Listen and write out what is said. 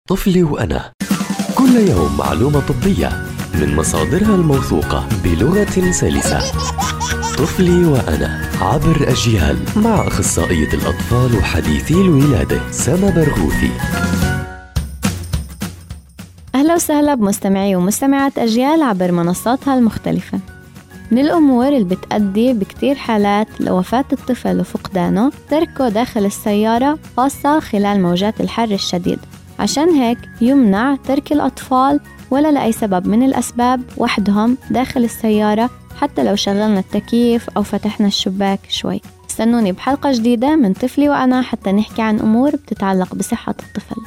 طفلي وأنا، كل يوم معلومة طبية من مصادرها الموثوقة بلغة سلسة. طفلي وأنا عبر أجيال، مع أخصائية الأطفال وحديثي الولادة سما برغوثي. أهلا وسهلا بمستمعي ومستمعات أجيال عبر منصاتها المختلفة. من الأمور اللي بتؤدي بكتير حالات لوفاة الطفل وفقدانه تركه داخل السيارة، خاصة خلال موجات الحر الشديد. عشان هيك يمنع ترك الأطفال ولا لأي سبب من الأسباب وحدهم داخل السيارة، حتى لو شغلنا التكييف أو فتحنا الشباك شوي. استنوني بحلقة جديدة من طفلي وأنا حتى نحكي عن أمور بتتعلق بصحة الطفل.